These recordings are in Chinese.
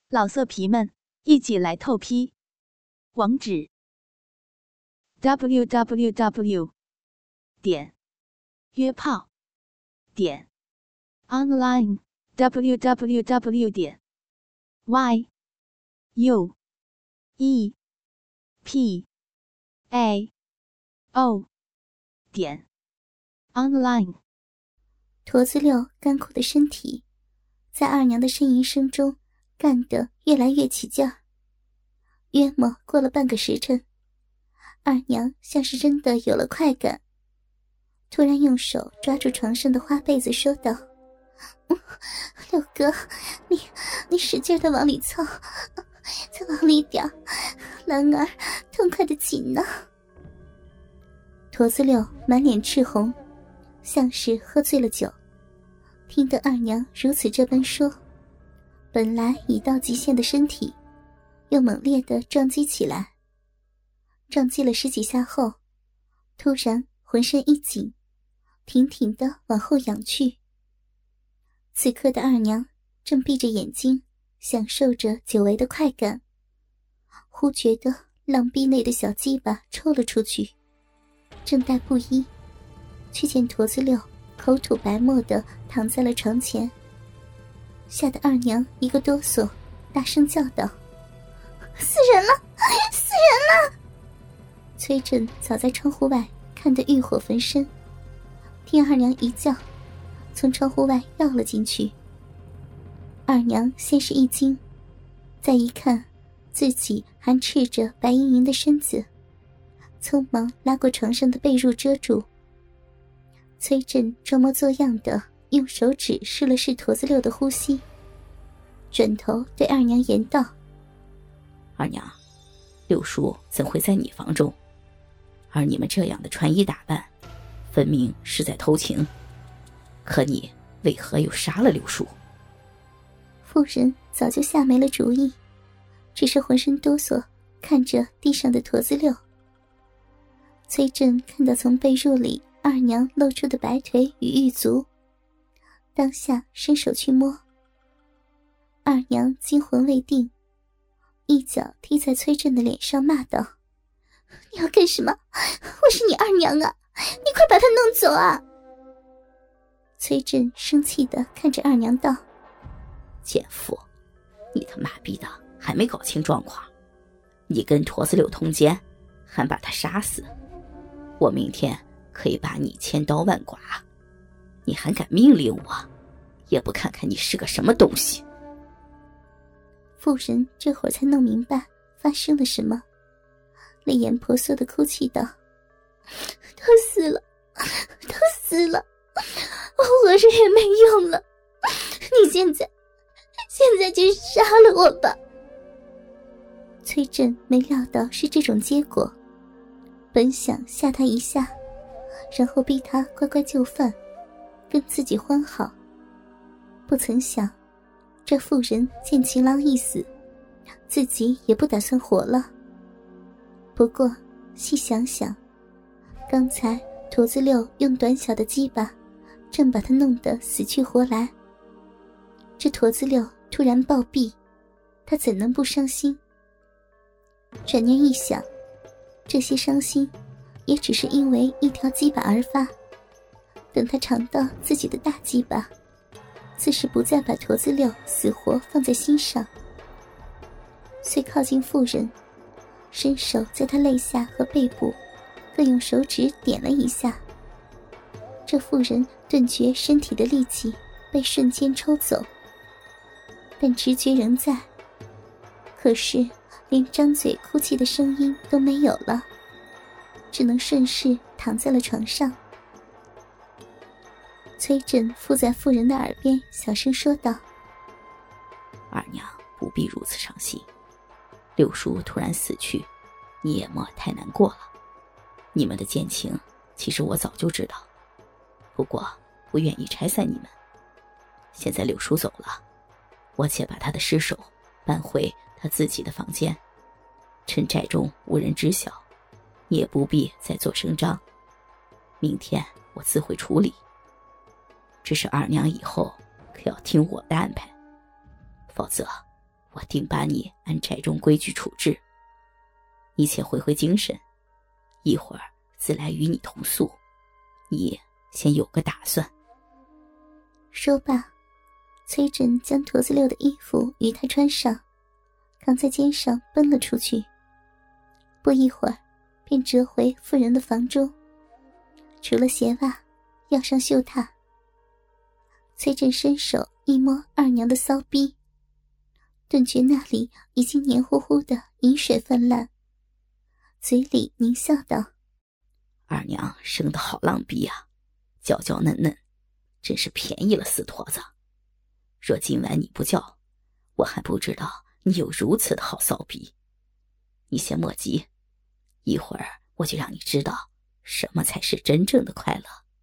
老色皮们，一起来透批！网址 www.约炮online www.yuepao.online。 驼子六干枯的身体在二娘的呻吟声中干得越来越起劲儿。约莫过了半个时辰，二娘像是真的有了快感，突然用手抓住床上的花被子说道：六哥，你使劲的往里凑，再往里点，兰儿痛快的紧呢。驼子六满脸赤红，像是喝醉了酒，听得二娘如此这般说，本来已到极限的身体又猛烈地撞击起来。撞击了十几下后，突然浑身一紧，挺挺地往后仰去。此刻的二娘正闭着眼睛享受着久违的快感，忽觉得浪逼内的小鸡巴抽了出去，正待不依，却见驼子六口吐白沫地躺在了床前，吓得二娘一个哆嗦，大声叫道：死人了，死人了！崔振早在窗户外看得欲火焚身，听二娘一叫，从窗户外绕了进去。二娘先是一惊，再一看自己还赤着白莹莹的身子，匆忙拉过床上的被褥遮住。崔振装模作样的用手指试了试驼子六的呼吸，转头对二娘言道： 二娘，六叔怎会在你房中？而你们这样的穿衣打扮，分明是在偷情，可你为何又杀了六叔？ 妇人早就下没了主意，只是浑身哆嗦看着地上的驼子六。崔振看到从被褥里二娘露出的白腿与玉足，当下伸手去摸。二娘惊魂未定，一脚踢在崔振的脸上，骂道：你要干什么？我是你二娘啊，你快把她弄走啊！崔振生气地看着二娘道： 贱妇，你他妈逼的还没搞清状况，你跟驼子六通奸，还把他杀死，我明天可以把你千刀万剐，你还敢命令我，也不看看你是个什么东西。 妇人这会儿才弄明白发生了什么，泪眼婆娑地哭泣道：都死了，都死了，我活着也没用了，你现在就杀了我吧。崔振没料到是这种结果，本想吓他一下，然后逼他乖乖就范，跟自己欢好，不曾想这妇人见情郎一死，自己也不打算活了。不过细想想，刚才驼子六用短小的鸡巴正把他弄得死去活来，这驼子六突然暴毙，他怎能不伤心？转念一想，这些伤心也只是因为一条鸡巴而发，等他尝到自己的大鸡巴，自是不再把驼子六死活放在心上。遂靠近妇人，伸手在她肋下和背部各用手指点了一下，这妇人顿觉身体的力气被瞬间抽走，但直觉仍在，可是连张嘴哭泣的声音都没有了，只能顺势躺在了床上。崔振附在妇人的耳边小声说道： 二娘不必如此伤心，六叔突然死去，你也莫太难过了。你们的奸情其实我早就知道，不过不愿意拆散你们。现在六叔走了，我且把他的尸首搬回他自己的房间，趁寨中无人知晓，你也不必再做声张，明天我自会处理。只是二娘以后可要听我的安排，否则我定把你按寨中规矩处置。你且回精神，一会儿自来与你同宿，你先有个打算。 说罢，崔振将驼子六的衣服与他穿上，扛在肩上奔了出去。不一会儿便折回妇人的房中，除了鞋袜，要上袖榻。崔振伸手一摸二娘的骚逼，顿觉那里已经黏糊糊的饮水泛滥，嘴里狞笑道： 二娘生得好浪逼啊，娇娇嫩嫩，真是便宜了死驼子。若今晚你不叫，我还不知道你有如此的好骚逼。你先莫急，一会儿我就让你知道什么才是真正的快乐。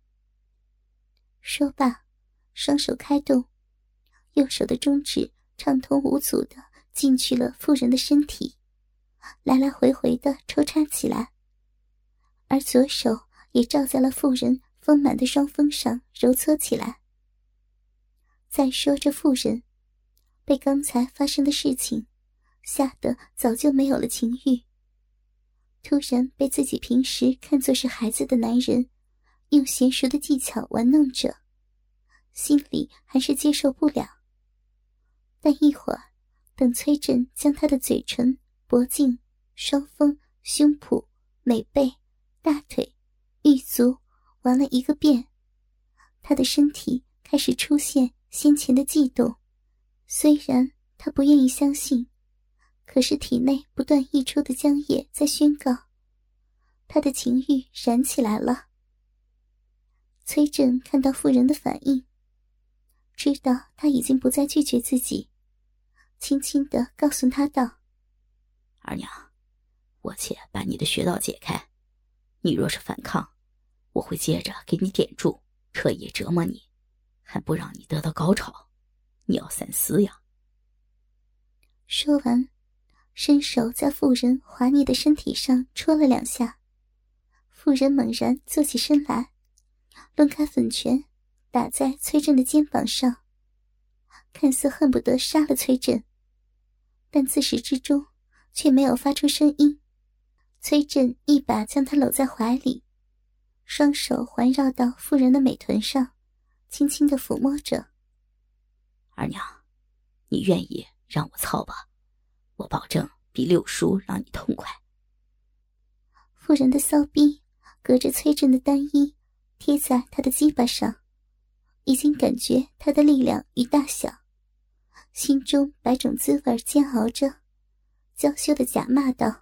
说罢，双手开动，右手的中指畅通无阻地进去了妇人的身体，来来回回地抽插起来，而左手也罩在了妇人丰满的双峰上揉搓起来。再说这妇人被刚才发生的事情吓得早就没有了情欲，突然被自己平时看作是孩子的男人用娴熟的技巧玩弄着，心里还是接受不了。但一会儿等崔振将他的嘴唇、脖颈、双峰、胸脯、美背、大腿、玉足玩了一个遍，他的身体开始出现先前的悸动，虽然他不愿意相信，可是体内不断溢出的浆液在宣告他的情欲燃起来了。崔振看到妇人的反应，知道他已经不再拒绝自己，轻轻地告诉他道： 二娘，我且把你的穴道解开，你若是反抗，我会接着给你点住，彻夜折磨你，还不让你得到高潮，你要三思呀。 说完，伸手在妇人滑腻的身体上戳了两下，妇人猛然坐起身来，抡开粉拳打在崔振的肩膀上，看似恨不得杀了崔振，但自始至终却没有发出声音。崔振一把将她搂在怀里，双手环绕到妇人的美臀上，轻轻地抚摸着。 二娘，你愿意让我操吧，我保证比六叔让你痛快。 妇人的骚逼隔着崔振的单衣贴在他的鸡巴上，已经感觉他的力量与大小，心中百种滋味煎熬着，娇羞地假骂道：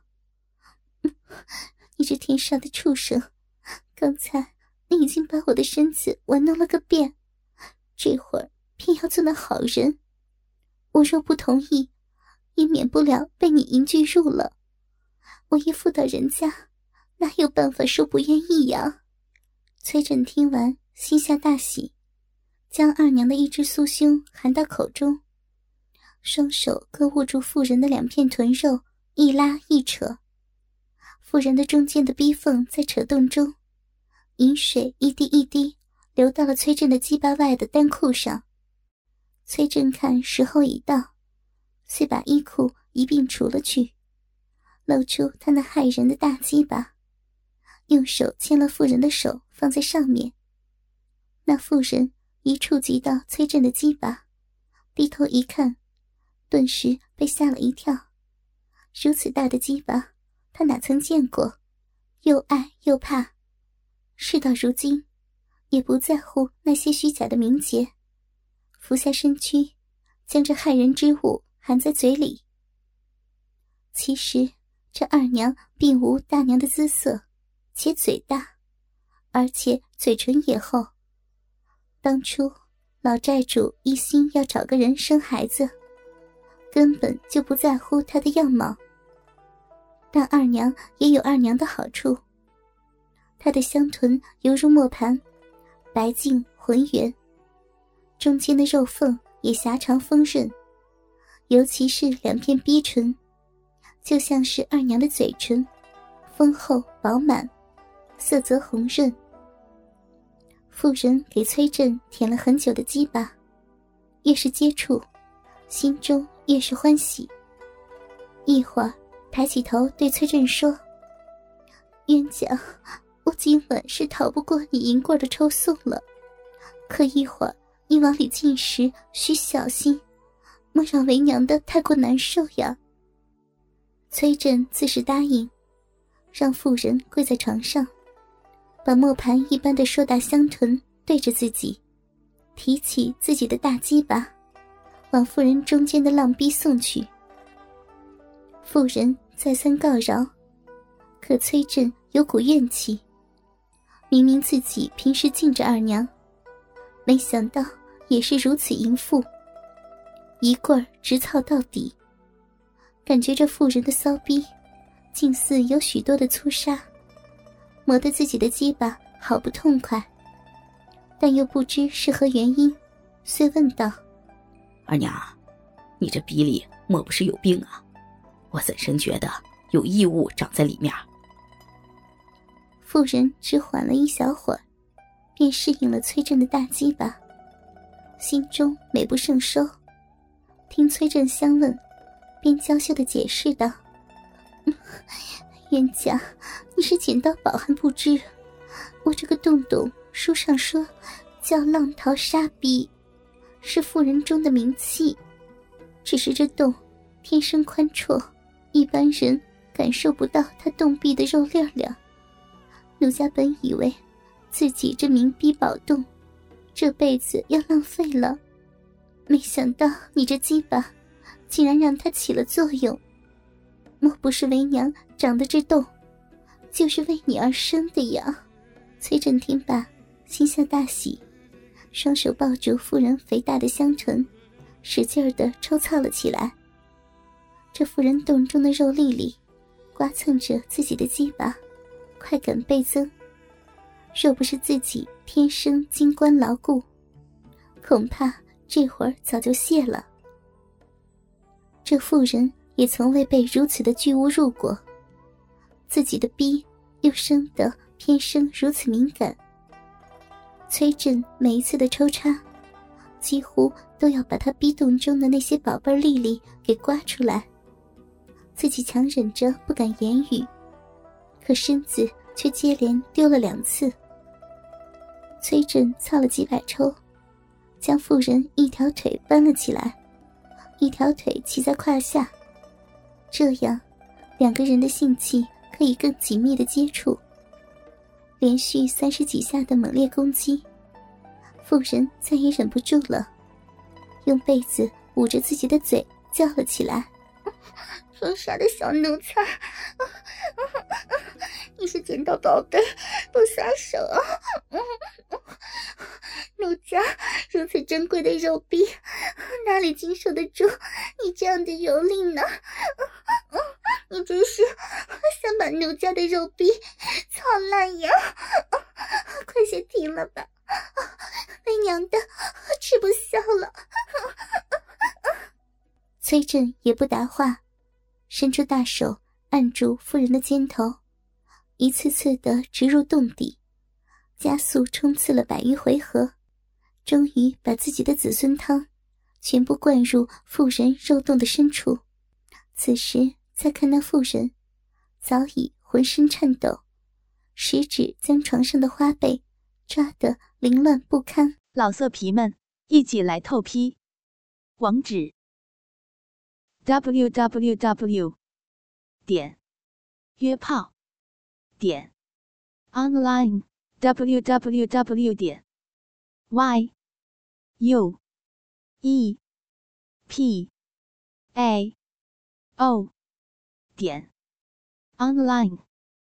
你这天杀的畜生，刚才你已经把我的身子玩弄了个遍，这会儿偏要做那好人，我若不同意，也免不了被你迎拒入了，我一妇道人家哪有办法说不愿意呀？崔振听完心下大喜，将二娘的一只酥胸含到口中，双手各握住妇人的两片臀肉，一拉一扯，妇人的中间的逼缝在扯动中，饮水一滴一滴流到了崔振的鸡巴外的单裤上。崔振看时候已到，遂把衣裤一并除了去，露出他那骇人的大鸡巴，用手牵了妇人的手放在上面。那妇人一触及到崔振的鸡巴，低头一看，顿时被吓了一跳，如此大的鸡巴他哪曾见过，又爱又怕，事到如今也不在乎那些虚假的名节，俯下身躯将这骇人之物含在嘴里。其实这二娘并无大娘的姿色，且嘴大，而且嘴唇也厚。当初老债主一心要找个人生孩子，根本就不在乎她的样貌。但二娘也有二娘的好处，她的香臀犹如磨盘，白净浑圆，中间的肉缝也狭长丰润，尤其是两片逼唇，就像是二娘的嘴唇，丰厚饱满，色泽红润。妇人给崔振舔了很久的鸡巴，越是接触，心中越是欢喜。一会儿抬起头对崔振说：“冤家，我今晚是逃不过你银棍的抽送了，可一会儿你往里进时需小心，莫让为娘的太过难受呀。”崔振自是答应，让妇人跪在床上，把磨盘一般的硕大香臀对着自己，提起自己的大鸡巴，往妇人中间的浪逼送去。妇人再三告饶，可崔振有股怨气，明明自己平时敬着二娘，没想到也是如此淫妇，一棍儿直操到底。感觉这妇人的骚逼竟似有许多的粗沙，磨得自己的鸡巴好不痛快，但又不知是何原因，遂问道：“ 二娘，你这逼里莫不是有病啊？我怎生觉得有异物长在里面？” 妇人只缓了一小会儿，便适应了崔振的大鸡巴，心中美不胜收。听崔振相问，便娇羞地解释道：“冤家，你是捡到宝还不知，我这个洞洞书上说叫浪淘沙逼，是妇人中的名器，只是这洞天生宽绰，一般人感受不到它洞壁的肉粒儿。奴家本以为自己这名逼宝洞这辈子要浪费了，没想到你这鸡巴竟然让它起了作用。莫不是为娘长的这洞就是为你而生的呀？”崔振听罢，心下大喜，双手抱住妇人肥大的香臀，使劲地抽操了起来。这妇人洞中的肉粒里刮蹭着自己的鸡巴，快感倍增。若不是自己天生筋关牢固，恐怕这会儿早就泄了。这妇人也从未被如此的巨物入过，自己的逼又生得偏生如此敏感。崔振每一次的抽插，几乎都要把他逼洞中的那些宝贝粒粒给刮出来，自己强忍着不敢言语，可身子却接连丢了2次。崔振操了几百抽，将妇人一条腿搬了起来，一条腿骑在胯下，这样2个人的性器可以更紧密的接触。连续30几下的猛烈攻击，妇人再也忍不住了，用被子捂着自己的嘴叫了起来：“ 天杀的小奴才，你是捡到宝贝不撒手啊！奴家如此珍贵的肉臂，哪里经受得住你这样的蹂躏呢？你真是想把奴家的肉臂操烂呀！快些停了吧，为娘的吃不消了。” 崔振也不答话，伸出大手按住妇人的肩头，一次次地直入洞底，加速冲刺了100余回合，终于把自己的子孙汤全部灌入妇人肉洞的深处。此时再看那妇人早已浑身颤抖，食指将床上的花被抓得凌乱不堪。 老色皮们，一起来透批！网址 www.约炮.online www.yuepao.online